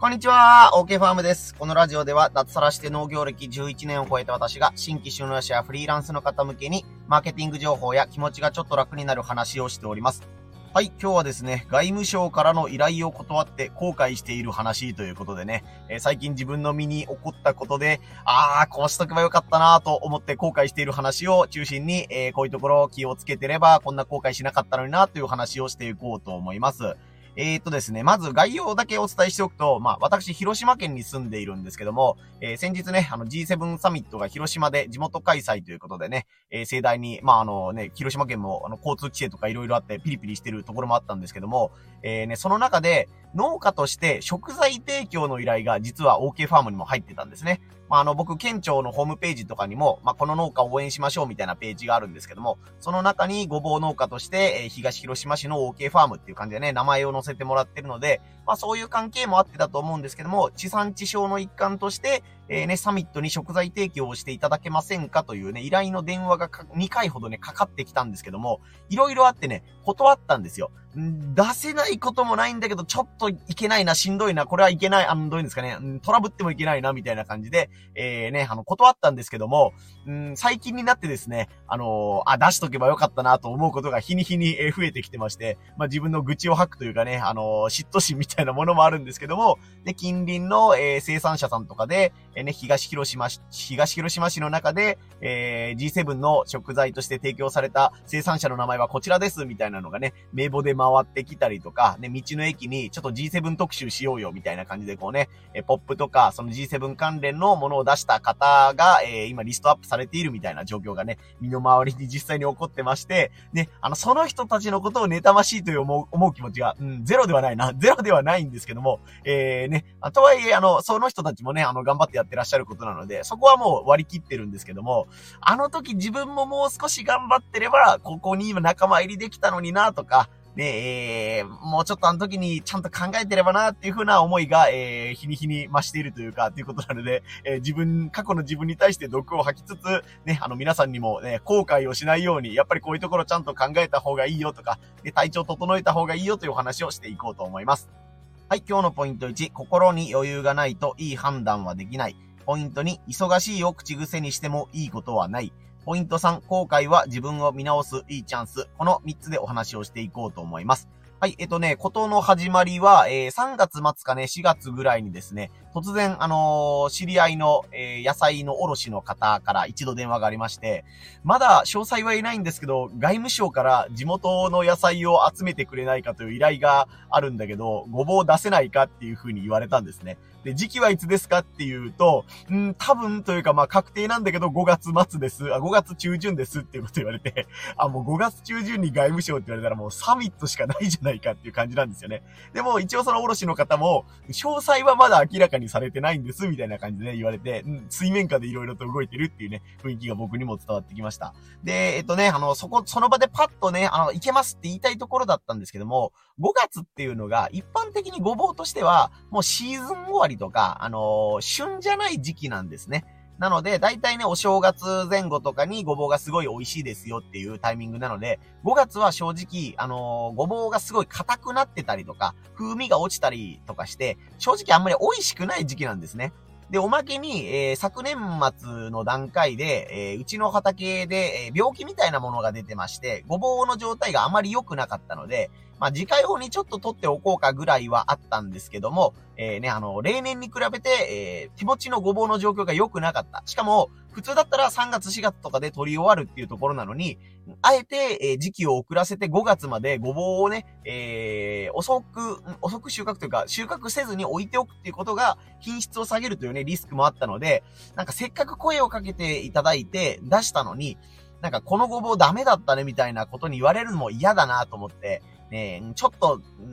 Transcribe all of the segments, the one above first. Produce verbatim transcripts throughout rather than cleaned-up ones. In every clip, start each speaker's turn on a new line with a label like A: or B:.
A: こんにちは、OK ファームです。このラジオでは脱サラして農業歴じゅういちねんを超えた私が新規就農者やフリーランスの方向けにマーケティング情報や気持ちがちょっと楽になる話をしております。はい、今日はですね、外務省からの依頼を断って後悔している話ということでね、えー、最近自分の身に起こったことで、あー、こうしとけばよかったなと思って後悔している話を中心に、えー、こういうところを気をつけてればこんな後悔しなかったのになという話をしていこうと思います。えーとですね、まず概要だけお伝えしておくと、まあ私広島県に住んでいるんですけども、えー、先日ね、あの ジーセブン サミットが広島で地元開催ということでね、えー、盛大に、まああのね、広島県もあの交通規制とかいろいろあってピリピリしてるところもあったんですけども、えーね、その中で農家として食材提供の依頼が実は OK ファームにも入ってたんですね。まあ、あの、僕、県庁のホームページとかにも、まあ、この農家を応援しましょうみたいなページがあるんですけども、その中にごぼう農家として、えー、東広島市の OK ファームっていう感じでね、名前を載せてもらってるので、まあ、そういう関係もあってだと思うんですけども、地産地消の一環として、えー、ね、サミットに食材提供をしていただけませんかというね、依頼の電話がにかいほどね、かかってきたんですけども、いろいろあってね、断ったんですよ。出せないこともないんだけど、ちょっといけないな、しんどいな、これはいけない、あの、どういうんですかね、トラブってもいけないな、みたいな感じで、えー、ね、あの、断ったんですけども、うん、最近になってですね、あのー、あ、出しとけばよかったなと思うことが日に日に増えてきてまして、まあ、自分の愚痴を吐くというかね、あのー、嫉妬心みたいなものもあるんですけども、で、近隣の、えー、生産者さんとかで、えー、ね、東広島市、東広島市の中で、えー、ジーセブン の食材として提供された生産者の名前はこちらです、みたいなのがね、名簿で回ってきたりとか、ね、道の駅にちょっと ジーセブン 特集しようよ、みたいな感じでこうね、えポップとか、その ジーセブン 関連のものを出した方が、えー、今リストアップされているみたいな状況がね、身の回りに実際に起こってまして、ね、あの、その人たちのことを妬ましいという思う、思う気持ちが、うん、ゼロではないな、ゼロではないんですけども、えー、ね、とはいえ、あの、その人たちもね、あの、頑張ってやってらっしゃることなので、そこはもう割り切ってるんですけども、あの時自分ももう少し頑張ってれば、ここに今仲間入りできたのになとか、ねえー、もうちょっとあの時にちゃんと考えてればなっていう風な思いが、えー、日に日に増しているというか、ということなので、えー、自分、過去の自分に対して毒を吐きつつ、ね、あの皆さんにもね、後悔をしないように、やっぱりこういうところちゃんと考えた方がいいよとか、ね、体調整えた方がいいよというお話をしていこうと思います。はい、今日のポイントいち、心に余裕がないといい判断はできない。ポイントに、忙しいを口癖にしてもいいことはない。ポイントさん、後悔は自分を見直すいいチャンス。このみっつでお話をしていこうと思います。はい、えっとね、ことの始まりは、えー、さんがつ末かね、しがつぐらいにですね、突然、あのー、知り合いの、えー、野菜の卸の方から一度電話がありまして、まだ詳細は言えないんですけど、外務省から地元の野菜を集めてくれないかという依頼があるんだけど、ごぼう出せないかっていう風に言われたんですね。で、時期はいつですかっていうと、うん、多分というかまあ確定なんだけどごがつ末です。あ、ごがつ中旬ですっていうこと言われて、あ、もうごがつ中旬に外務省って言われたらもうサミットしかないじゃないかっていう感じなんですよね。でも一応その卸の方も、詳細はまだ明らかにされてないんですみたいな感じで、ね、言われて、うん、水面下でいろいろと動いてるっていうね、雰囲気が僕にも伝わってきました。で、えっとね、あの、そこ、その場でパッとね、あの、いけますって言いたいところだったんですけども、ごがつっていうのが一般的にごぼうとしては、もうシーズン終わりとか、あのー、旬じゃない時期なんですね。なので、大体ね、お正月前後とかにごぼうがすごい美味しいですよっていうタイミングなので、ごがつは正直、あのー、ごぼうがすごい硬くなってたりとか、風味が落ちたりとかして、正直あんまり美味しくない時期なんですね。で、おまけに、えー、昨年末の段階で、えー、うちの畑で、えー、病気みたいなものが出てまして、ごぼうの状態があまり良くなかったので、まあ、自家用にちょっと取っておこうかぐらいはあったんですけども、えー、ね、あの、例年に比べて、えー、手持ちのごぼうの状況が良くなかった。しかも、普通だったらさんがつしがつとかで取り終わるっていうところなのに、あえて、えー、時期を遅らせてごがつまでごぼうをね、えー、遅く、遅く収穫というか、収穫せずに置いておくっていうことが品質を下げるというね、リスクもあったので、なんかせっかく声をかけていただいて出したのに、なんかこのごぼうダメだったねみたいなことに言われるのも嫌だなと思って、ね、ちょっと、うん、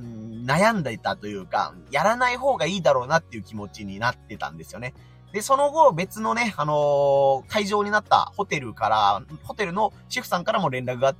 A: 悩んでいたというか、やらない方がいいだろうなっていう気持ちになってたんですよね。で、その後、別のね、あのー、会場になったホテルから、ホテルのシェフさんからも連絡があって、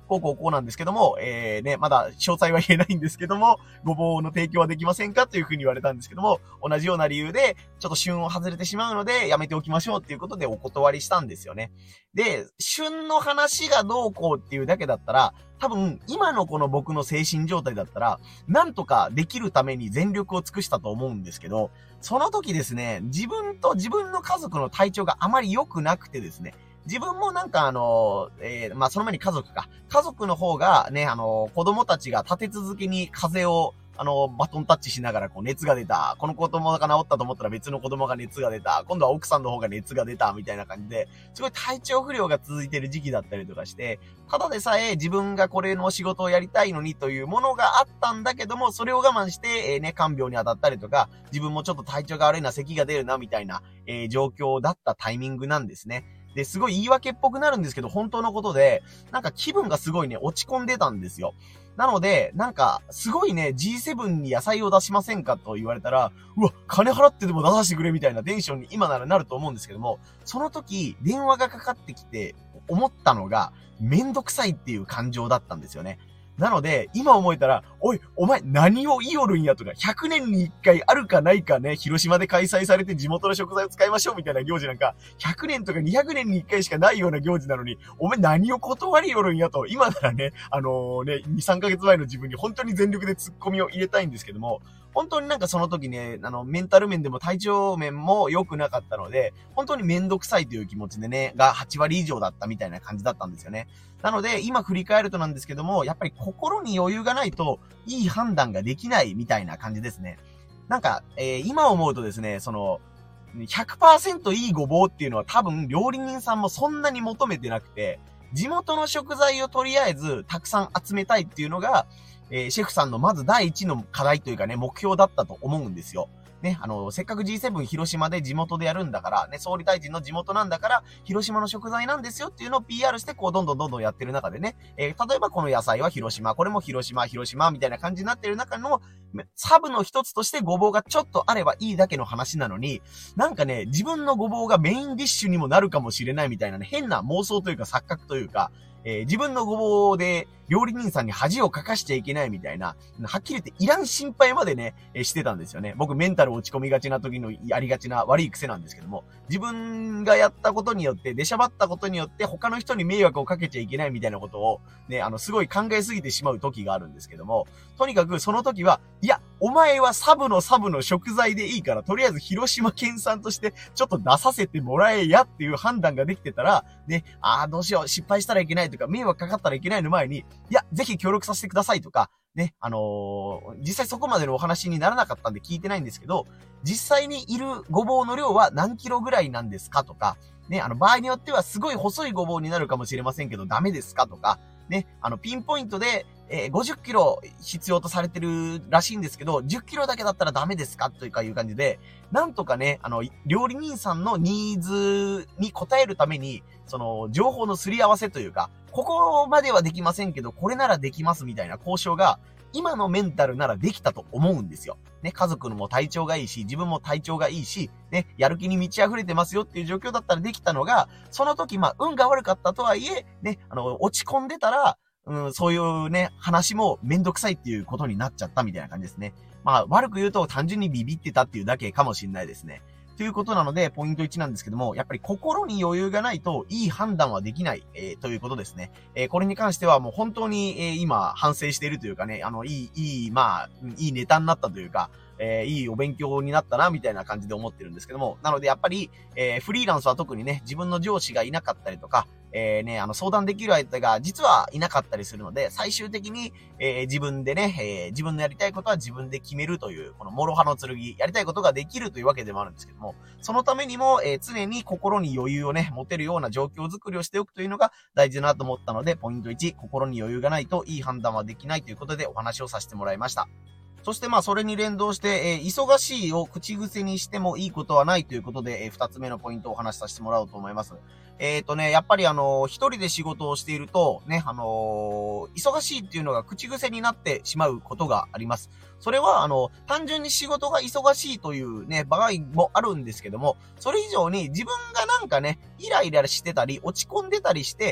A: こうこうこうなんですけども、えー、ね、まだ詳細は言えないんですけども、ごぼうの提供はできませんかというふうに言われたんですけども、同じような理由で、ちょっと旬を外れてしまうので、やめておきましょうっていうことでお断りしたんですよね。で、旬の話がどうこうっていうだけだったら、多分、今のこの僕の精神状態だったら、なんとかできるために全力を尽くしたと思うんですけど、その時ですね、自分と自分の家族の体調があまり良くなくてですね、自分もなんかあの、えー、まあ、その前に家族か。家族の方がね、あの、子供たちが立て続けに風邪を、あの、バトンタッチしながらこう熱が出た。この子供が治ったと思ったら別の子供が熱が出た。今度は奥さんの方が熱が出た。みたいな感じで、すごい体調不良が続いてる時期だったりとかして、ただでさえ自分がこれの仕事をやりたいのにというものがあったんだけども、それを我慢して、えー、ね、看病に当たったりとか、自分もちょっと体調が悪いな、咳が出るな、みたいな、えー、状況だったタイミングなんですね。で、すごい言い訳っぽくなるんですけど、本当のことで、なんか気分がすごいね、落ち込んでたんですよ。なので、なんか、すごいね、ジーセブン に野菜を出しませんかと言われたら、うわ、金払ってでも出させてくれみたいなテンションに今ならなると思うんですけども、その時、電話がかかってきて、思ったのが、めんどくさいっていう感情だったんですよね。なので、今思えたら、おい、お前何を言いよるんやとか、ひゃくねんにいっかいあるかないかね、広島で開催されて地元の食材を使いましょうみたいな行事なんか、ひゃくねんとかにひゃくねんにいっかいしかないような行事なのに、お前何を断りよるんやと、今ならね、あのー、ね、に、さんかげつまえの自分に本当に全力で突っ込みを入れたいんですけども、本当になんかその時ね、あの、メンタル面でも体調面も良くなかったので、本当にめんどくさいという気持ちでね、がはちわり以上だったみたいな感じだったんですよね。なので、今振り返るとなんですけども、やっぱり心に余裕がないと、いい判断ができないみたいな感じですね。なんか、えー、今思うとですね、その、ひゃくパーセント いいごぼうっていうのは多分料理人さんもそんなに求めてなくて、地元の食材をとりあえずたくさん集めたいっていうのが、えー、シェフさんのまず第一の課題というかね、目標だったと思うんですよ。ね、あの、せっかく ジーセブン 広島で地元でやるんだから、ね、総理大臣の地元なんだから、広島の食材なんですよっていうのを ピーアール して、こう、どんどんどんどんやってる中でね、えー、例えばこの野菜は広島、これも広島、広島、みたいな感じになってる中の、サブの一つとしてごぼうがちょっとあればいいだけの話なのに、なんかね、自分のごぼうがメインディッシュにもなるかもしれないみたいなね、変な妄想というか錯覚というか、えー、自分のごぼうで料理人さんに恥をかかしちゃいけないみたいな、はっきり言っていらん心配までね、えー、してたんですよね。僕メンタル落ち込みがちな時のやりがちな悪い癖なんですけども、自分がやったことによって、出しゃばったことによって他の人に迷惑をかけちゃいけないみたいなことを、ね、あの、すごい考えすぎてしまう時があるんですけども、とにかくその時は、いや、お前はサブのサブの食材でいいから、とりあえず広島県産としてちょっと出させてもらえやっていう判断ができてたら、ね、ああ、どうしよう、失敗したらいけないとか、迷惑かかったらいけないの前に、いや、ぜひ協力させてくださいとか、ね、あのー、実際そこまでのお話にならなかったんで聞いてないんですけど、実際にいるごぼうの量は何キロぐらいなんですかとか、ね、あの、場合によってはすごい細いごぼうになるかもしれませんけど、ダメですかとか、ね、あの、ピンポイントで、えー、ごじゅっキロ必要とされてるらしいんですけど、じゅっキロだけだったらダメですかというかいう感じで、なんとかね、あの、料理人さんのニーズに応えるために、その、情報のすり合わせというか、ここまではできませんけど、これならできますみたいな交渉が、今のメンタルならできたと思うんですよ。ね、家族のも体調がいいし、自分も体調がいいし、ね、やる気に満ち溢れてますよっていう状況だったらできたのが、その時、まあ、運が悪かったとはいえ、ね、あの、落ち込んでたら、うん、そういうね、話もめんどくさいっていうことになっちゃったみたいな感じですね。まあ、悪く言うと単純にビビってたっていうだけかもしれないですね。ということなので、ポイントいちなんですけども、やっぱり心に余裕がないといい判断はできない、えー、ということですね。えー、これに関してはもう本当に、えー、今反省しているというかね、あの、いい、いい、まあ、いいネタになったというか、えー、いいお勉強になったな、みたいな感じで思ってるんですけども、なのでやっぱり、えー、フリーランスは特にね、自分の上司がいなかったりとか、えー、ね、あの、相談できる相手が実はいなかったりするので、最終的に、えー、自分でね、えー、自分のやりたいことは自分で決めるという、この諸刃の剣、やりたいことができるというわけでもあるんですけども、そのためにも、えー、常に心に余裕をね、持てるような状況づくりをしておくというのが大事だなと思ったので、ポイントいち、心に余裕がないといい判断はできないということでお話をさせてもらいました。そしてまあそれに連動して、えー、忙しいを口癖にしてもいいことはないということで、えー、二つ目のポイントをお話しさせてもらおうと思います。えっとね、やっぱりあのー、一人で仕事をしていると、ね、あのー、忙しいっていうのが口癖になってしまうことがあります。それはあの、単純に仕事が忙しいというね、場合もあるんですけども、それ以上に自分がなんかね、イライラしてたり、落ち込んでたりして、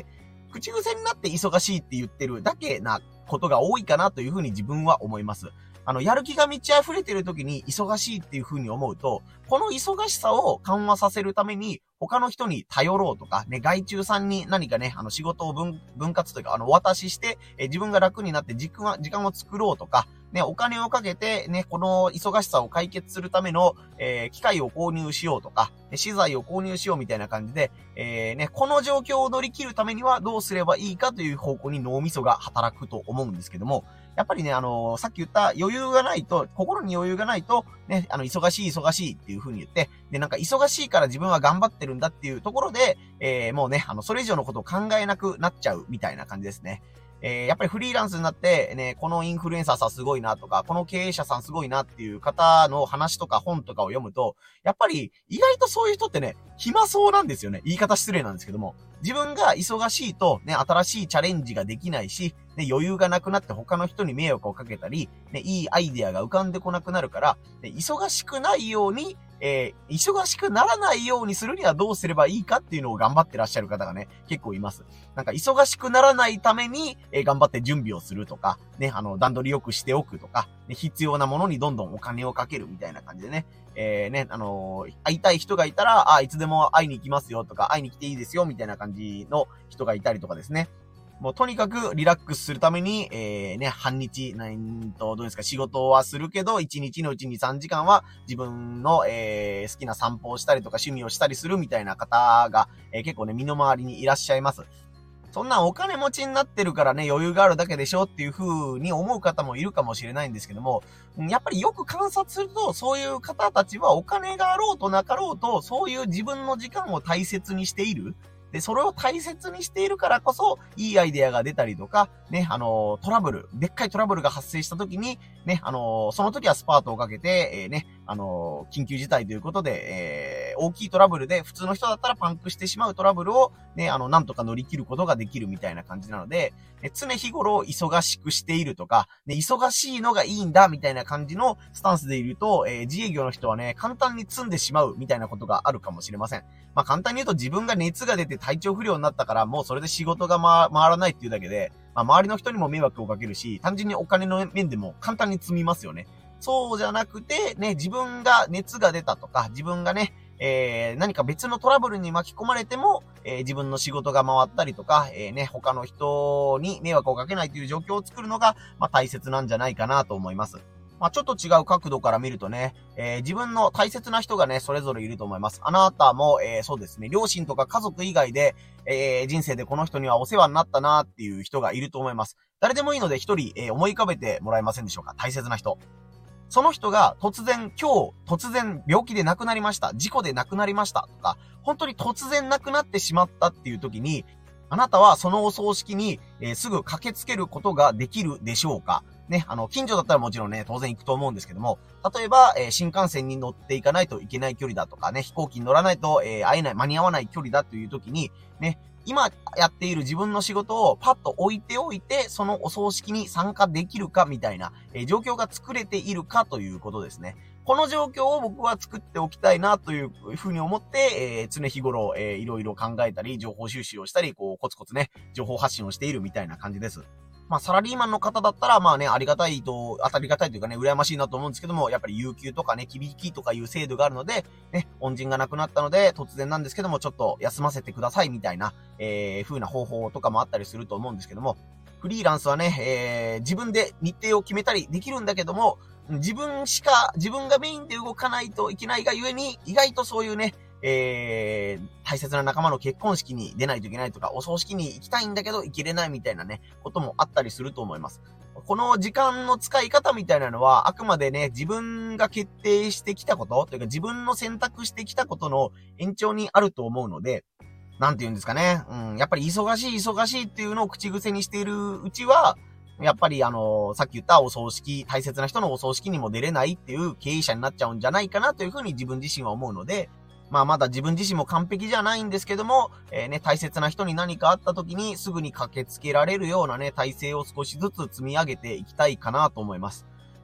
A: 口癖になって忙しいって言ってるだけなことが多いかなというふうに自分は思います。あの、やる気が満ち溢れてる時に忙しいっていう風に思うと、この忙しさを緩和させるために、他の人に頼ろうとか、ね、外注さんに何かね、あの、仕事を分、分割というか、あの、お渡しして、え自分が楽になって時間、時間を作ろうとか、ね、お金をかけて、ね、この忙しさを解決するための、えー、機械を購入しようとか、資材を購入しようみたいな感じで、えー、ね、この状況を乗り切るためにはどうすればいいかという方向に脳みそが働くと思うんですけども、やっぱりね、あのー、さっき言った余裕がないと、心に余裕がないと、ね、あの、忙しい忙しいっていう風に言って、で、なんか忙しいから自分は頑張ってるんだっていうところで、えー、もうね、あの、それ以上のことを考えなくなっちゃうみたいな感じですね。えー、やっぱりフリーランスになって、ね、このインフルエンサーさんすごいなとか、この経営者さんすごいなっていう方の話とか本とかを読むと、やっぱり意外とそういう人ってね、暇そうなんですよね。言い方失礼なんですけども。自分が忙しいと、ね、新しいチャレンジができないし、ね、余裕がなくなって他の人に迷惑をかけたり、ね、いいアイデアが浮かんでこなくなるから、ね、忙しくないように、えー、忙しくならないようにするにはどうすればいいかっていうのを頑張ってらっしゃる方がね、結構います。なんか忙しくならないために、えー、頑張って準備をするとか、ね、あの、段取りよくしておくとか、ね、必要なものにどんどんお金をかけるみたいな感じでね、えー、ね、あのー、会いたい人がいたら、あ、いつでも会いに行きますよとか、会いに来ていいですよみたいな感じの人がいたりとかですね。もうとにかくリラックスするために、えー、ね、半日、なんと、どうですか、仕事はするけど、一日のうちにさんじかんは自分の、えー、好きな散歩をしたりとか趣味をしたりするみたいな方が、えー、結構ね、身の回りにいらっしゃいます。そんなお金持ちになってるからね、余裕があるだけでしょっていう風に思う方もいるかもしれないんですけども、やっぱりよく観察すると、そういう方たちはお金があろうとなかろうと、そういう自分の時間を大切にしている。で、それを大切にしているからこそ、いいアイデアが出たりとか、ね、あのー、トラブル、でっかいトラブルが発生した時に、ね、あのー、その時はスパートをかけて、えー、ね、あのー、緊急事態ということで、えー、大きいトラブルで、普通の人だったらパンクしてしまうトラブルを、ね、あの、なんとか乗り切ることができるみたいな感じなので、ね、常日頃忙しくしているとか、ね、忙しいのがいいんだ、みたいな感じのスタンスでいると、えー、自営業の人はね、簡単に積んでしまうみたいなことがあるかもしれません。まあ、簡単に言うと自分が熱が出て体調不良になったから、もうそれで仕事が回らないっていうだけで、まあ、周りの人にも迷惑をかけるし、単純にお金の面でも簡単に積みますよね。そうじゃなくて、ね、自分が熱が出たとか、自分がね、えー、何か別のトラブルに巻き込まれても、えー、自分の仕事が回ったりとか、えー、ね、他の人に迷惑をかけないという状況を作るのが、まあ、大切なんじゃないかなと思います。まあ、ちょっと違う角度から見るとね、えー、自分の大切な人がね、それぞれいると思います。あなたも、えー、そうですね、両親とか家族以外で、えー、人生でこの人にはお世話になったなっていう人がいると思います。誰でもいいので一人、えー、思い浮かべてもらえませんでしょうか。大切な人。その人が突然、今日、突然病気で亡くなりました。事故で亡くなりました。とか、本当に突然亡くなってしまったっていう時に、あなたはそのお葬式に、えー、すぐ駆けつけることができるでしょうか。ね、あの、近所だったらもちろんね、当然行くと思うんですけども、例えば、えー、新幹線に乗っていかないといけない距離だとかね、飛行機に乗らないと、えー、会えない、間に合わない距離だという時に、ね、今やっている自分の仕事をパッと置いておいて、そのお葬式に参加できるかみたいな、えー、状況が作れているかということですね。この状況を僕は作っておきたいなというふうに思って、えー、常日頃、えー、いろいろ考えたり、情報収集をしたり、こう、コツコツね、情報発信をしているみたいな感じです。まあ、サラリーマンの方だったら、まあね、ありがたいと、当たりがたいというかね、羨ましいなと思うんですけども、やっぱり有給とかね、キビキとかいう制度があるので、ね、恩人が亡くなったので、突然なんですけども、ちょっと休ませてくださいみたいな、えー、風な方法とかもあったりすると思うんですけども、フリーランスはね、えー、自分で日程を決めたりできるんだけども、自分しか、自分がメインで動かないといけないがゆえに、意外とそういうね、えー、大切な仲間の結婚式に出ないといけないとか、お葬式に行きたいんだけど行けれないみたいなね、こともあったりすると思います。この時間の使い方みたいなのは、あくまでね、自分が決定してきたこと、というか自分の選択してきたことの延長にあると思うので、なんて言うんですかね、うん、やっぱり忙しい忙しいっていうのを口癖にしているうちは、やっぱりあのー、さっき言ったお葬式、大切な人のお葬式にも出れないっていう経営者になっちゃうんじゃないかなというふうに自分自身は思うので、まあまだ自分自身も完璧じゃないんですけども、えー、ね、大切な人に何かあった時にすぐに駆けつけられるようなね、体制を少しずつ積み上げていきたいかなと思います。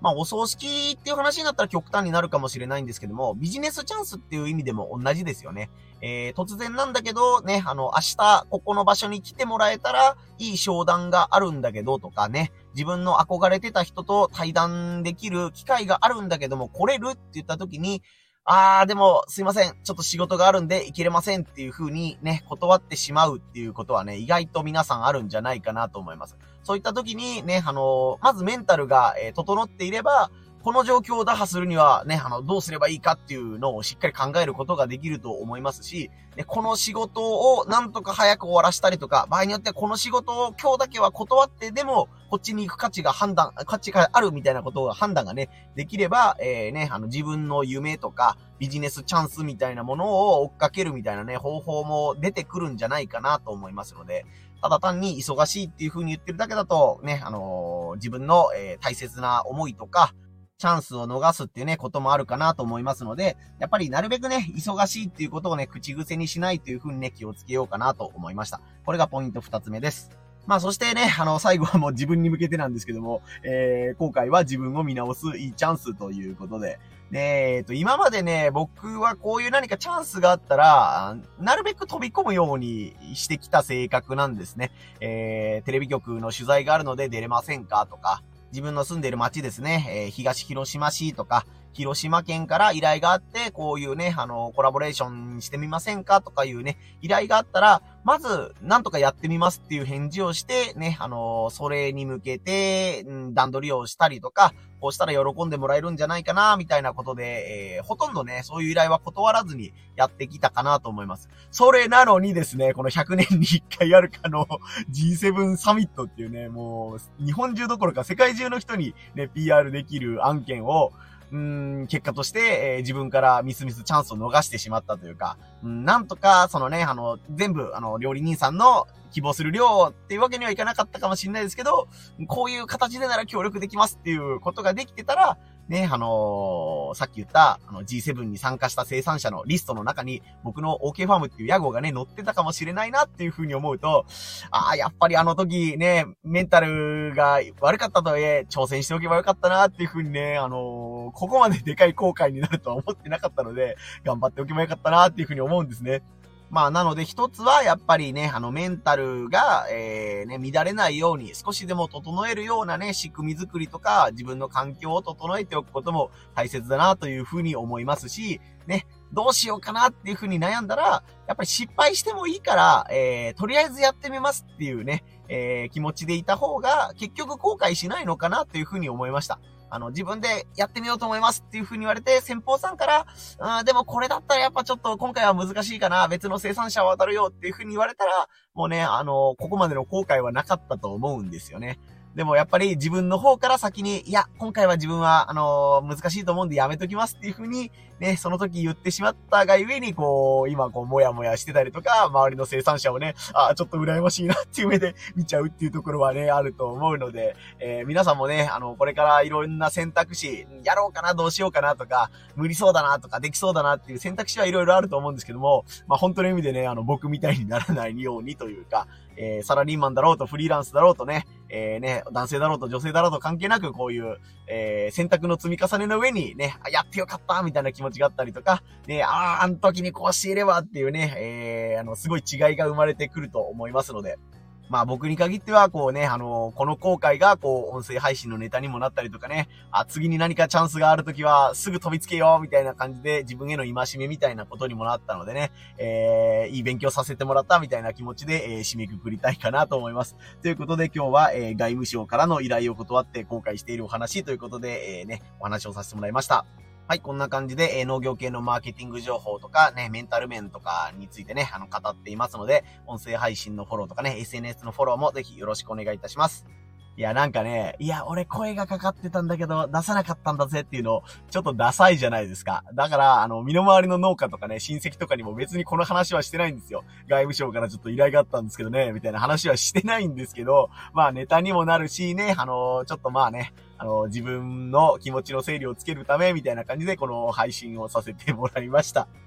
A: まあ、お葬式っていう話になったら極端になるかもしれないんですけども、ビジネスチャンスっていう意味でも同じですよね。えー、突然なんだけど、ね、あの、明日、ここの場所に来てもらえたら、いい商談があるんだけどとかね、自分の憧れてた人と対談できる機会があるんだけども、来れるって言った時に、あー、でも、すいません。ちょっと仕事があるんで、行けれませんっていう風にね、断ってしまうっていうことはね、意外と皆さんあるんじゃないかなと思います。そういった時にね、あのー、まずメンタルが、えー、整っていれば、この状況を打破するにはね、あの、どうすればいいかっていうのをしっかり考えることができると思いますし、ね、この仕事をなんとか早く終わらしたりとか、場合によってはこの仕事を今日だけは断ってでも、こっちに行く価値が判断、価値があるみたいなことが判断がね、できれば、えー、ね、あの、自分の夢とか、ビジネスチャンスみたいなものを追っかけるみたいなね、方法も出てくるんじゃないかなと思いますので、ただ単に忙しいっていう風に言ってるだけだと、ね、あのー、自分の、えー、大切な思いとか、チャンスを逃すっていうね、こともあるかなと思いますので、やっぱりなるべくね、忙しいっていうことをね、口癖にしないという風にね、気をつけようかなと思いました。これがポイント二つ目です。まあそしてね、あの、最後はもう自分に向けてなんですけども、えー、今回は自分を見直すいいチャンスということで、ねえっと、今までね、僕はこういう何かチャンスがあったら、なるべく飛び込むようにしてきた性格なんですね。えー、テレビ局の取材があるので出れませんかとか、自分の住んでいる町ですね、えー、東広島市とか、広島県から依頼があって、こういうね、あの、コラボレーションしてみませんかとかいうね、依頼があったら、まず、なんとかやってみますっていう返事をして、ね、あの、それに向けて、うん、段取りをしたりとか、こうしたら喜んでもらえるんじゃないかな、みたいなことで、えー、ほとんどね、そういう依頼は断らずにやってきたかなと思います。それなのにですね、このひゃくねんにいっかいあるかの ジーセブン サミットっていうね、もう、日本中どころか世界中の人にね、ピーアール できる案件を、うーん、結果として、えー、自分からミスミスチャンスを逃してしまったというか、うん、なんとか、そのね、あの、全部、あの、料理人さんの希望する量っていうわけにはいかなかったかもしれないですけど、こういう形でなら協力できますっていうことができてたら、ね、あのー、さっき言った、あの ジーセブン に参加した生産者のリストの中に、僕の OK ファームっていう屋号がね、載ってたかもしれないなっていうふうに思うと、ああ、やっぱりあの時ね、メンタルが悪かったとはいえ、挑戦しておけばよかったなっていうふうにね、あのー、ここまででかい後悔になるとは思ってなかったので、頑張っておけばよかったなっていうふうに思うんですね。まあ、なので一つはやっぱりね、あのメンタルが、えー、ね、乱れないように少しでも整えるようなね、仕組み作りとか自分の環境を整えておくことも大切だなというふうに思いますし、ね、どうしようかなっていうふうに悩んだら、やっぱり失敗してもいいから、えー、とりあえずやってみますっていうね、えー、気持ちでいた方が結局後悔しないのかなというふうに思いました。あの、自分でやってみようと思いますっていう風に言われて、先方さんから、あーでもこれだったらやっぱちょっと今回は難しいかな、別の生産者を渡るよっていう風に言われたら、もうね、あの、ここまでの後悔はなかったと思うんですよね。でもやっぱり自分の方から先に、いや、今回は自分は、あのー、難しいと思うんでやめときますっていう風に、ね、その時言ってしまったがゆえに、こう、今こう、もやもやしてたりとか、周りの生産者をね、あ、ちょっと羨ましいなっていう目で見ちゃうっていうところはね、あると思うので、えー、皆さんもね、あの、これからいろんな選択肢、やろうかな、どうしようかなとか、無理そうだなとか、できそうだなっていう選択肢はいろいろあると思うんですけども、まあ本当の意味でね、あの、僕みたいにならないようにというか、えー、サラリーマンだろうとフリーランスだろうとね、えー、ね、男性だろうと女性だろうと関係なくこういう、えー、選択の積み重ねの上にね、やってよかったみたいな気持ちがあったりとか、ね、あー、あの時にこうしていればっていうね、えー、あの、すごい違いが生まれてくると思いますので、まあ僕に限っては、こうね、あのー、この後悔が、こう、音声配信のネタにもなったりとかね、あ、次に何かチャンスがあるときは、すぐ飛びつけよう、みたいな感じで、自分への戒めみたいなことにもなったのでね、えー、いい勉強させてもらったみたいな気持ちで、えー、締めくくりたいかなと思います。ということで今日は、えー、外務省からの依頼を断って後悔しているお話ということで、えー、ね、お話をさせてもらいました。はい、こんな感じで、えー、農業系のマーケティング情報とかね、メンタル面とかについてね、あの、語っていますので、音声配信のフォローとかね、エスエヌエス のフォローもぜひよろしくお願いいたします。いや、なんかね、いや、俺声がかかってたんだけど、出さなかったんだぜっていうの、ちょっとダサいじゃないですか。だから、あの、身の回りの農家とかね、親戚とかにも別にこの話はしてないんですよ。外務省からちょっと依頼があったんですけどね、みたいな話はしてないんですけど、まあネタにもなるしね、あの、ちょっとまあね、あの、自分の気持ちの整理をつけるため、みたいな感じでこの配信をさせてもらいました。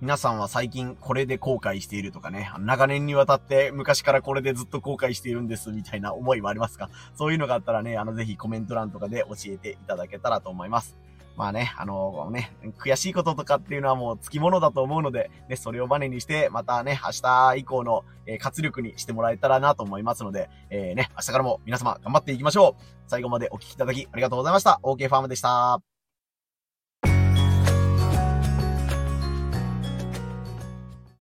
A: 皆さんは最近これで後悔しているとかね、長年にわたって昔からこれでずっと後悔しているんですみたいな思いはありますか？そういうのがあったらね、あのぜひコメント欄とかで教えていただけたらと思います。まあね、あのね、悔しいこととかっていうのはもうつきものだと思うので、ね、それをバネにして、またね、明日以降の、えー、活力にしてもらえたらなと思いますので、えー、ね、明日からも皆様頑張っていきましょう。最後までお聞きいただきありがとうございました。オーケー ファームでした。